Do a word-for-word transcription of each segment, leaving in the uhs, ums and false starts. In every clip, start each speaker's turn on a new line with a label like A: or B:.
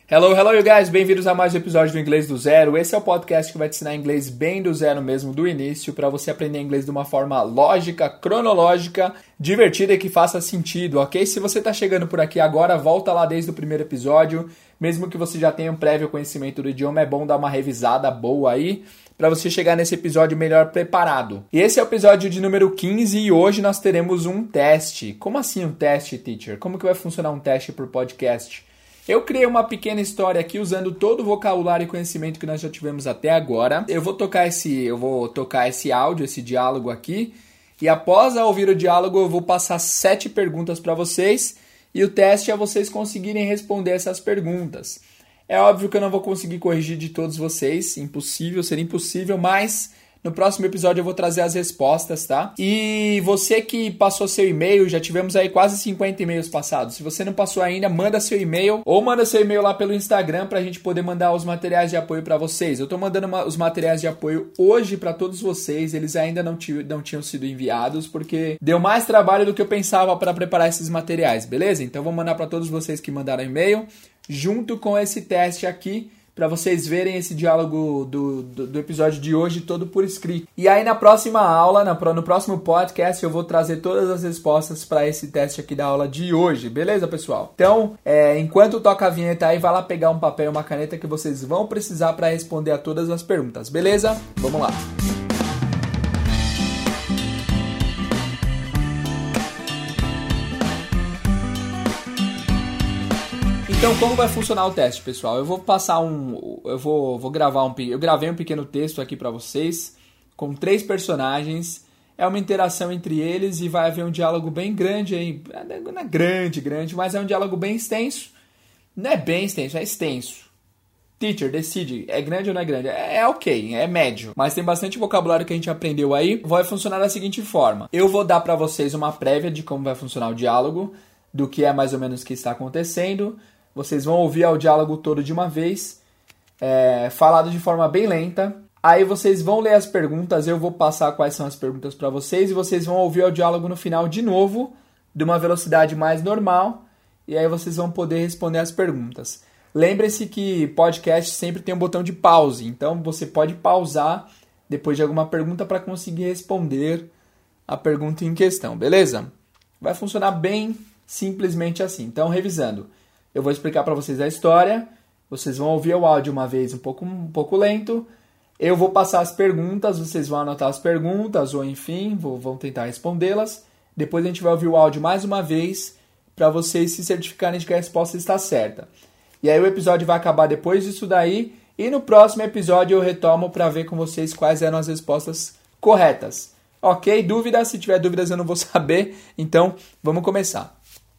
A: Hello, hello you guys, bem-vindos a mais um episódio do Inglês do Zero. Esse é o podcast que vai te ensinar inglês bem do zero mesmo, do início, para você aprender inglês de uma forma lógica, cronológica, divertida e que faça sentido, ok? Se você está chegando por aqui agora, volta lá desde o primeiro episódio. Mesmo que você já tenha um prévio conhecimento do idioma, é bom dar uma revisada boa aí, para você chegar nesse episódio melhor preparado. E esse é o episódio de número quinze e hoje nós teremos um teste. Como assim um teste, teacher? Como que vai funcionar um teste por podcast? Eu criei uma pequena história aqui usando todo o vocabulário e conhecimento que nós já tivemos até agora. Eu vou tocar esse, eu vou tocar esse áudio, esse diálogo aqui. E após ouvir o diálogo, eu vou passar sete perguntas para vocês. E o teste é vocês conseguirem responder essas perguntas. É óbvio que eu não vou conseguir corrigir de todos vocês. Impossível, seria impossível, mas no próximo episódio eu vou trazer as respostas, tá? E você que passou seu e-mail, já tivemos aí quase cinquenta e-mails passados. Se você não passou ainda, manda seu e-mail ou manda seu e-mail lá pelo Instagram pra gente poder mandar os materiais de apoio pra vocês. Eu tô mandando uma, os materiais de apoio hoje pra todos vocês. Eles ainda não, t- não tinham sido enviados porque deu mais trabalho do que eu pensava para preparar esses materiais, beleza? Então eu vou mandar pra todos vocês que mandaram e-mail junto com esse teste aqui, para vocês verem esse diálogo do, do, do episódio de hoje todo por escrito. E aí na próxima aula, na, no próximo podcast, eu vou trazer todas as respostas para esse teste aqui da aula de hoje. Beleza, pessoal? Então, é, enquanto toca a vinheta aí, vai lá pegar um papel e uma caneta que vocês vão precisar para responder a todas as perguntas. Beleza? Vamos lá. Então, como vai funcionar o teste, pessoal? Eu vou passar um... Eu vou, vou gravar um... Eu gravei um pequeno texto aqui para vocês, com três personagens. É uma interação entre eles e vai haver um diálogo bem grande aí. Não é grande, grande, mas é um diálogo bem extenso. Não é bem extenso, é extenso. Teacher, decide, é grande ou não é grande? É, é ok, é médio. Mas tem bastante vocabulário que a gente aprendeu aí. Vai funcionar da seguinte forma. Eu vou dar para vocês uma prévia de como vai funcionar o diálogo, do que é mais ou menos o que está acontecendo. Vocês vão ouvir o diálogo todo de uma vez, é, falado de forma bem lenta. Aí vocês vão ler as perguntas, eu vou passar quais são as perguntas para vocês e vocês vão ouvir o diálogo no final de novo, de uma velocidade mais normal, e aí vocês vão poder responder as perguntas. Lembre-se que podcast sempre tem um botão de pause, então você pode pausar depois de alguma pergunta para conseguir responder a pergunta em questão, beleza? Vai funcionar bem simplesmente assim. Então, revisando. Eu vou explicar para vocês a história, vocês vão ouvir o áudio uma vez um pouco, um pouco lento, eu vou passar as perguntas, vocês vão anotar as perguntas, ou enfim, vou, vão tentar respondê-las, depois a gente vai ouvir o áudio mais uma vez, para vocês se certificarem de que a resposta está certa. E aí o episódio vai acabar depois disso daí, e no próximo episódio eu retomo para ver com vocês quais eram as respostas corretas. Ok? Dúvidas? Se tiver dúvidas eu não vou saber, então vamos começar.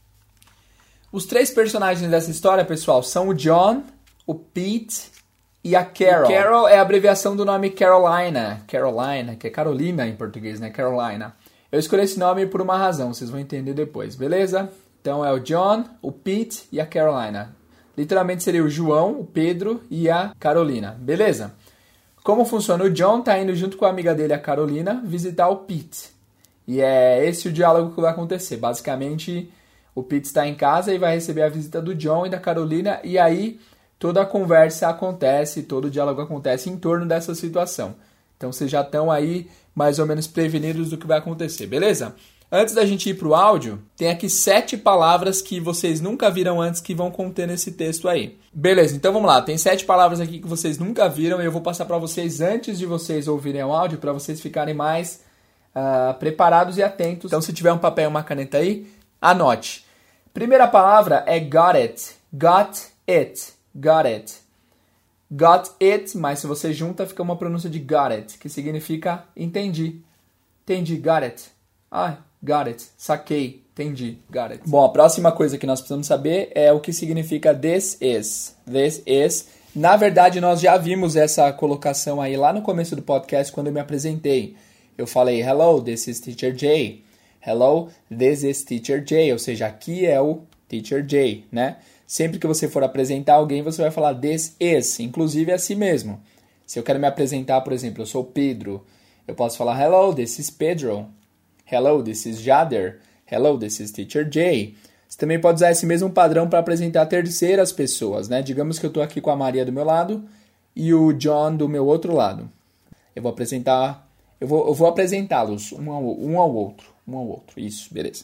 A: Os três personagens dessa história, pessoal, são o John, o Pete e a Carol. O Carol é a abreviação do nome Carolina. Carolina, que é Carolina em português, né? Carolina. Eu escolhi esse nome por uma razão, vocês vão entender depois, beleza? Então é o John, o Pete e a Carolina. Literalmente seria o João, o Pedro e a Carolina, beleza? Como funciona? O John tá indo junto com a amiga dele, a Carolina, visitar o Pete. E é esse o diálogo que vai acontecer. Basicamente, o Pete está em casa e vai receber a visita do John e da Carolina, e aí toda a conversa acontece, todo o diálogo acontece em torno dessa situação. Então vocês já estão aí mais ou menos prevenidos do que vai acontecer, beleza? Antes da gente ir para o áudio, tem aqui sete palavras que vocês nunca viram antes que vão conter nesse texto aí. Beleza, então vamos lá. Tem sete palavras aqui que vocês nunca viram e eu vou passar para vocês antes de vocês ouvirem o áudio, para vocês ficarem mais uh, preparados e atentos. Então se tiver um papel e uma caneta aí, anote. Primeira palavra é got it. Got it. Got it. Got it, mas se você junta, fica uma pronúncia de got it, que significa entendi. Entendi, got it. Ah, got it. Saquei. Entendi, got it. Bom, a próxima coisa que nós precisamos saber é o que significa this is. This is. Na verdade, nós já vimos essa colocação aí lá no começo do podcast, quando eu me apresentei. Eu falei, hello, this is Teacher Jay. Hello, this is Teacher Jay, ou seja, aqui é o Teacher Jay, né? Sempre que você for apresentar alguém, você vai falar this is, inclusive é assim mesmo. Se eu quero me apresentar, por exemplo, eu sou Pedro, eu posso falar hello, this is Pedro. Hello, this is Jader. Hello, this is Teacher Jay. Você também pode usar esse mesmo padrão para apresentar terceiras pessoas, né? Digamos que eu estou aqui com a Maria do meu lado e o John do meu outro lado. Eu vou apresentar, eu vou, eu vou apresentá-los um ao, um ao outro, um ao outro. Isso, beleza.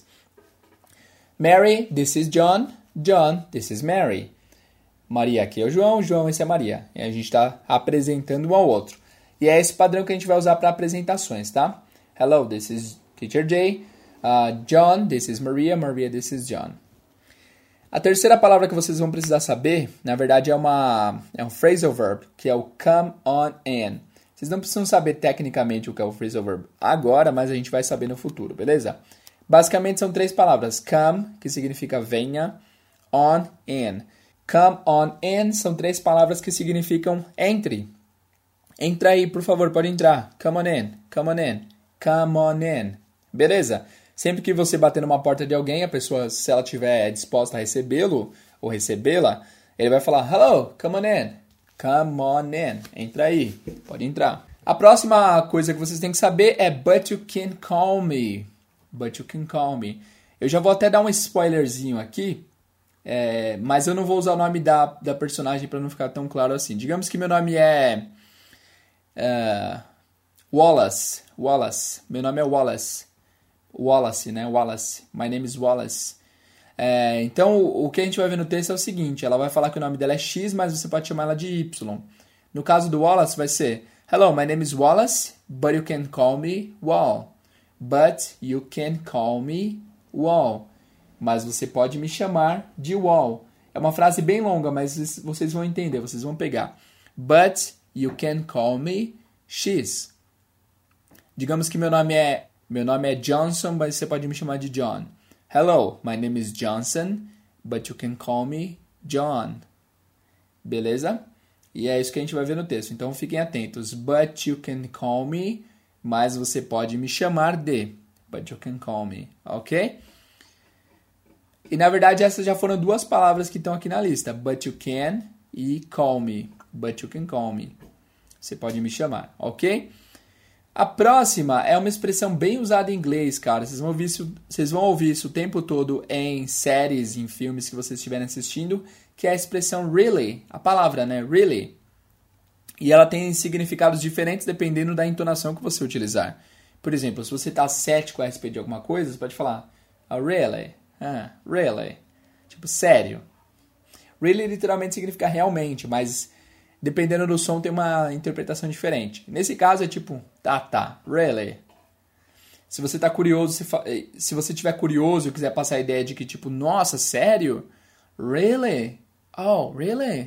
A: Mary, this is John. John, this is Mary. Maria, aqui é o João. João, esse é a Maria. E a gente está apresentando um ao outro. E é esse padrão que a gente vai usar para apresentações, tá? Hello, this is Teacher Jay. Uh, John, this is Maria. Maria, this is John. A terceira palavra que vocês vão precisar saber, na verdade, é, uma, é um phrasal verb, que é o come on in. Vocês não precisam saber tecnicamente o que é o phrasal verb agora, mas a gente vai saber no futuro, beleza? Basicamente são três palavras. Come, que significa venha. On, in. Come on in são três palavras que significam entre. Entra aí, por favor, pode entrar. Come on in, come on in, come on in. Beleza? Sempre que você bater numa porta de alguém, a pessoa, se ela estiver disposta a recebê-lo ou recebê-la, ele vai falar, hello, come on in, come on in. Entra aí, pode entrar. A próxima coisa que vocês têm que saber é but you can call me. But you can call me. Eu já vou até dar um spoilerzinho aqui. É, mas eu não vou usar o nome da, da personagem para não ficar tão claro assim. Digamos que meu nome é uh, Wallace. Wallace. Meu nome é Wallace. Wallace, né? Wallace. My name is Wallace. É, então, o, o que a gente vai ver no texto é o seguinte. Ela vai falar que o nome dela é X, mas você pode chamar ela de Y. No caso do Wallace, vai ser hello, my name is Wallace, but you can call me Wall. But you can call me Wall. Mas você pode me chamar de Wall. É uma frase bem longa, mas vocês vão entender, vocês vão pegar. But you can call me X. Digamos que meu nome é, meu nome é Johnson, mas você pode me chamar de John. Hello, my name is Johnson, but you can call me John. Beleza? E é isso que a gente vai ver no texto. Então fiquem atentos. But you can call me, mas você pode me chamar de. But you can call me, ok? E na verdade essas já foram duas palavras que estão aqui na lista. But you can e call me. But you can call me. Você pode me chamar, ok? A próxima é uma expressão bem usada em inglês, cara. Vocês vão ouvir isso, vocês vão ouvir isso o tempo todo em séries, em filmes que vocês estiverem assistindo, que é a expressão really. A palavra, né? Really. E ela tem significados diferentes dependendo da entonação que você utilizar. Por exemplo, se você está cético a respeito de alguma coisa, você pode falar oh, really? Ah, really? Tipo, sério. Really literalmente significa realmente, mas dependendo do som tem uma interpretação diferente. Nesse caso é tipo, tá, tá, really. Se você tá curioso, se, fa... se você tiver curioso e quiser passar a ideia de que tipo, nossa, sério? Really? Oh, really?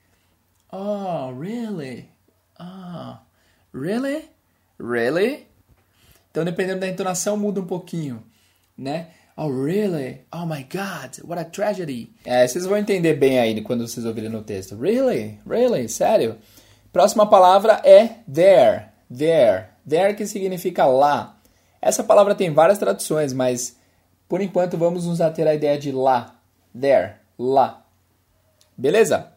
A: Oh, really? Oh, really? Really? Então, dependendo da entonação, muda um pouquinho, né? Oh, really? Oh, my God, what a tragedy. É, vocês vão entender bem aí quando vocês ouvirem no texto. Really? Really? Sério? Próxima palavra é there. There. There que significa lá. Essa palavra tem várias traduções, mas por enquanto vamos nos ater à ideia de lá. There. Lá. Beleza?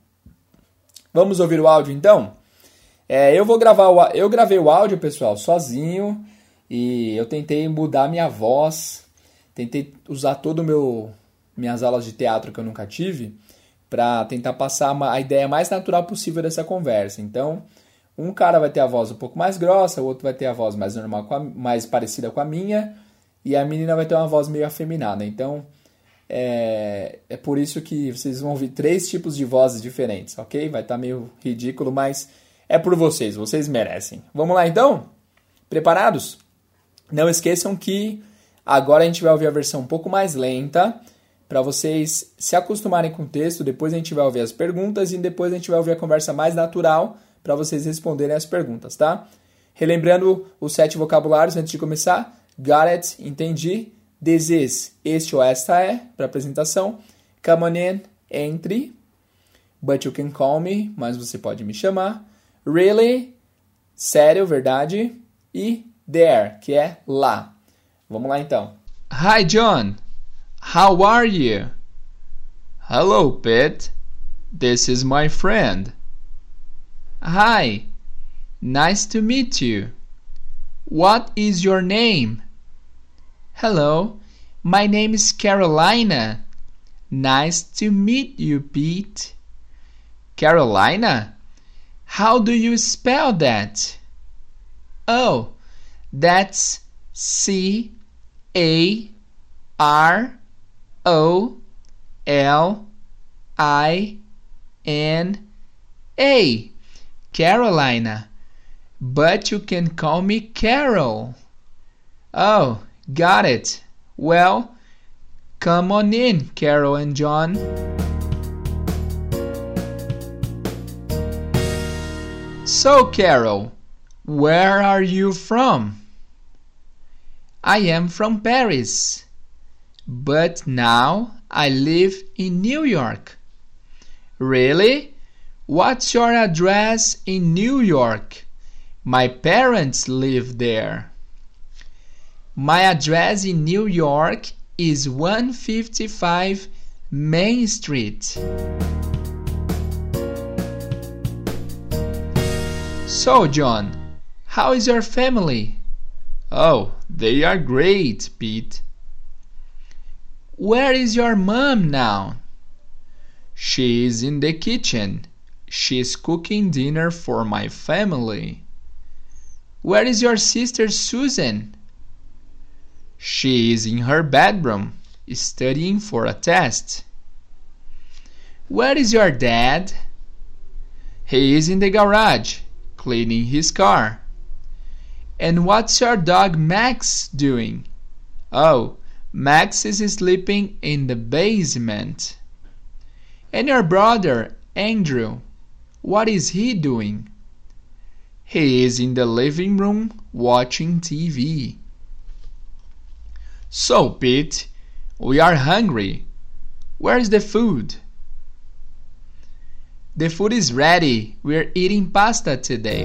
A: Vamos ouvir o áudio então? É, eu vou gravar o, eu gravei o áudio, pessoal, sozinho. E eu tentei mudar minha voz. Tentei usar todo o meu minhas aulas de teatro que eu nunca tive para tentar passar uma, a ideia mais natural possível dessa conversa. Então, um cara vai ter a voz um pouco mais grossa, o outro vai ter a voz mais normal, com a, mais parecida com a minha, e a menina vai ter uma voz meio afeminada. Então, é, é por isso que vocês vão ouvir três tipos de vozes diferentes, ok? Vai estar meio ridículo, mas é por vocês, vocês merecem. Vamos lá então? Preparados? Não esqueçam que agora a gente vai ouvir a versão um pouco mais lenta, para vocês se acostumarem com o texto. Depois a gente vai ouvir as perguntas e depois a gente vai ouvir a conversa mais natural para vocês responderem as perguntas, tá? Relembrando os sete vocabulários antes de começar. Got it, entendi. This is, este ou esta é, para apresentação. Come on in, entre. But you can call me, mas você pode me chamar. Really, sério, verdade. E there, que é lá. Vamos lá então. Hi John, how are you? Hello Pete, this is my friend. Hi, nice to meet you. What is your name? Hello, my name is Carolina. Nice to meet you, Pete. Carolina? How do you spell that? Oh, that's C A R O L I N A. Carolina. But you can call me Carol. Oh, got it. Well, come on in, Carol and John. So, Carol, where are you from? I am from Paris, but now I live in New York. Really? What's your address in New York? My parents live there. My address in New York is one fifty-five Main Street. So, John, how is your family? Oh, they are great, Pete. Where is your mom now? She is in the kitchen. She's cooking dinner for my family. Where is your sister Susan? She is in her bedroom, studying for a test. Where is your dad? He is in the garage, cleaning his car. And what's your dog Max doing? Oh, Max is sleeping in the basement. And your brother Andrew, what is he doing? He is in the living room watching T V. So, Pete, we are hungry. Where's the food? The food is ready. We're eating pasta today.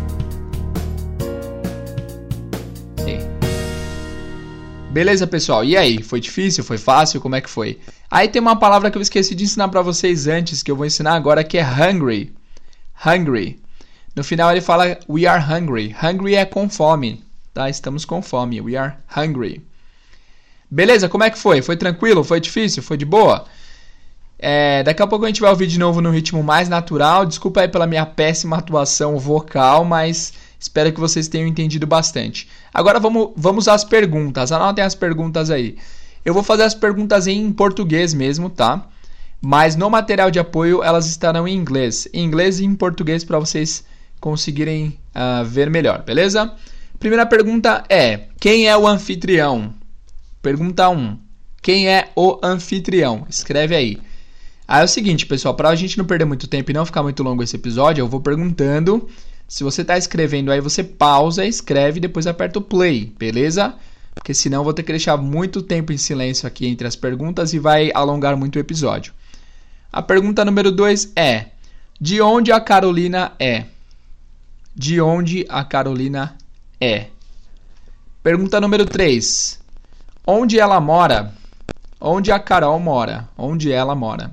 A: Beleza, pessoal? E aí? Foi difícil? Foi fácil? Como é que foi? Aí tem uma palavra que eu esqueci de ensinar para vocês antes, que eu vou ensinar agora, que é hungry. Hungry. No final ele fala we are hungry. Hungry é com fome, tá? Estamos com fome. We are hungry. Beleza? Como é que foi? Foi tranquilo? Foi difícil? Foi de boa? É, daqui a pouco a gente vai ouvir de novo no ritmo mais natural. Desculpa aí pela minha péssima atuação vocal, mas espero que vocês tenham entendido bastante. Agora vamos, vamos às perguntas. Anotem as perguntas aí. Eu vou fazer as perguntas em português mesmo, tá? Mas no material de apoio elas estarão em inglês. Em inglês e em português para vocês conseguirem uh, ver melhor, beleza? Primeira pergunta é: quem é o anfitrião? Pergunta um. Quem é o anfitrião? Escreve aí. Aí é o seguinte, pessoal, para a gente não perder muito tempo e não ficar muito longo esse episódio, eu vou perguntando. Se você está escrevendo aí, você pausa, escreve e depois aperta o play, beleza? Porque senão eu vou ter que deixar muito tempo em silêncio aqui entre as perguntas e vai alongar muito o episódio. A pergunta número dois é: de onde a Carolina é? De onde a Carolina é? Pergunta número três: onde ela mora? Onde a Carol mora? Onde ela mora?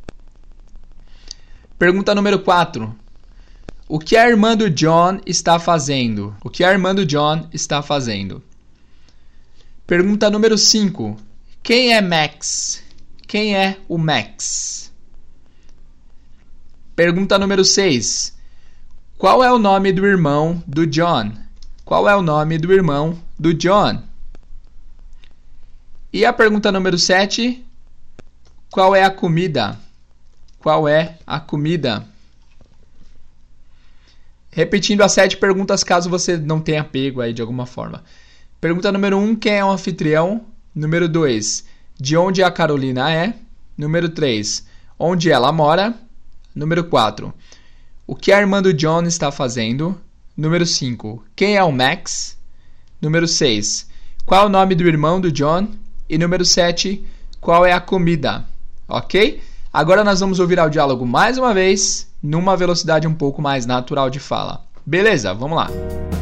A: Pergunta número quatro: o que a irmã do John está fazendo? O que a irmã do John está fazendo? Pergunta número cinco: quem é Max? Quem é o Max? Pergunta número seis: qual é o nome do irmão do John? Qual é o nome do irmão do John? E a pergunta número sete: qual é a comida? Qual é a comida? Repetindo as sete perguntas, caso você não tenha pego aí de alguma forma. Pergunta número um: quem é o anfitrião? Número dois: de onde a Carolina é? Número três: onde ela mora? Número quatro: o que a irmã do John está fazendo? Número cinco: quem é o Max? Número seis: qual é o nome do irmão do John? E número sete: qual é a comida? Ok? Agora nós vamos ouvir o diálogo mais uma vez, numa velocidade um pouco mais natural de fala. Beleza? Vamos lá.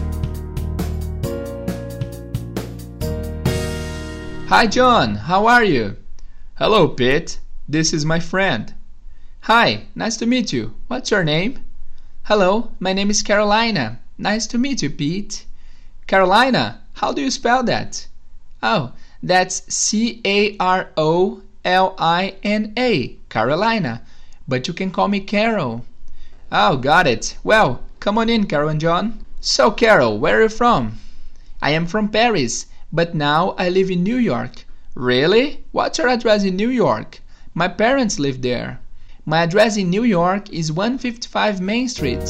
A: Hi John, how are you? Hello Pete, this is my friend. Hi, nice to meet you. What's your name? Hello, my name is Carolina. Nice to meet you, Pete. Carolina, how do you spell that? Oh, That's C A R O L I N A, Carolina. But you can call me Carol. Oh, got it. Well, come on in, Carol and John. So, Carol, where are you from? I am from Paris, but now I live in New York. Really? What's your address in New York? My parents live there. My address in New York is one fifty-five Main Street.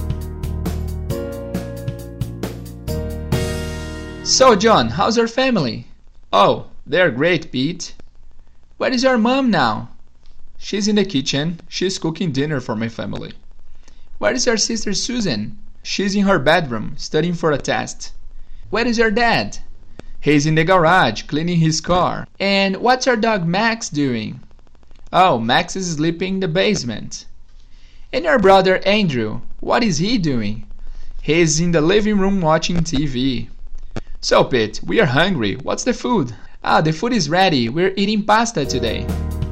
A: So, John, how's your family? Oh, they're great, Pete. Where is your mom now? She's in the kitchen. She's cooking dinner for my family. Where is your sister Susan? She's in her bedroom, studying for a test. Where is your dad? He's in the garage, cleaning his car. And what's your dog Max doing? Oh, Max is sleeping in the basement. And your brother Andrew, what is he doing? He's in the living room watching T V. So, Pete, we are hungry. What's the food? Ah, the food is ready. We're eating pasta today.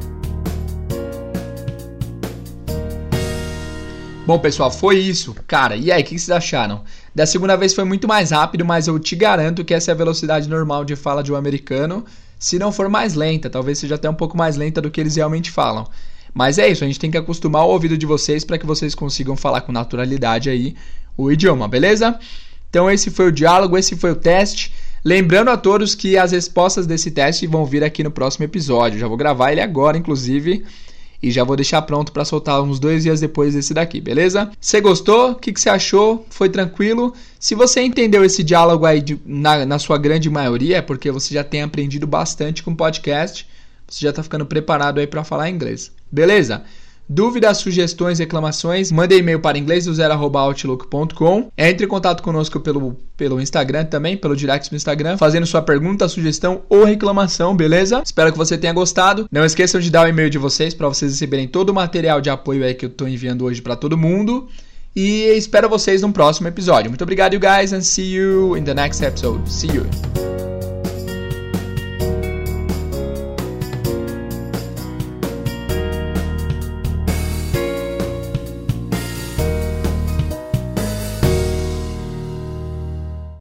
A: Bom, pessoal, foi isso. Cara, e aí, o que vocês acharam? Da segunda vez foi muito mais rápido, mas eu te garanto que essa é a velocidade normal de fala de um americano. Se não for mais lenta, talvez seja até um pouco mais lenta do que eles realmente falam. Mas é isso, a gente tem que acostumar o ouvido de vocês para que vocês consigam falar com naturalidade aí o idioma, beleza? Então esse foi o diálogo, esse foi o teste. Lembrando a todos que as respostas desse teste vão vir aqui no próximo episódio. Já vou gravar ele agora, inclusive, e já vou deixar pronto para soltar uns dois dias depois desse daqui, beleza? Você gostou? O que, que você achou? Foi tranquilo? Se você entendeu esse diálogo aí de, na, na sua grande maioria, é porque você já tem aprendido bastante com o podcast. Você já está ficando preparado aí para falar inglês. Beleza? Dúvidas, sugestões, reclamações, mande e-mail para inglês do zero arroba outlook ponto com. Entre em contato conosco pelo, pelo Instagram também, pelo direct no Instagram, fazendo sua pergunta, sugestão ou reclamação, beleza? Espero que você tenha gostado. Não esqueçam de dar o e-mail de vocês para vocês receberem todo o material de apoio aí que eu estou enviando hoje para todo mundo. E espero vocês no próximo episódio. Muito obrigado, you guys, and see you in the next episode. See you!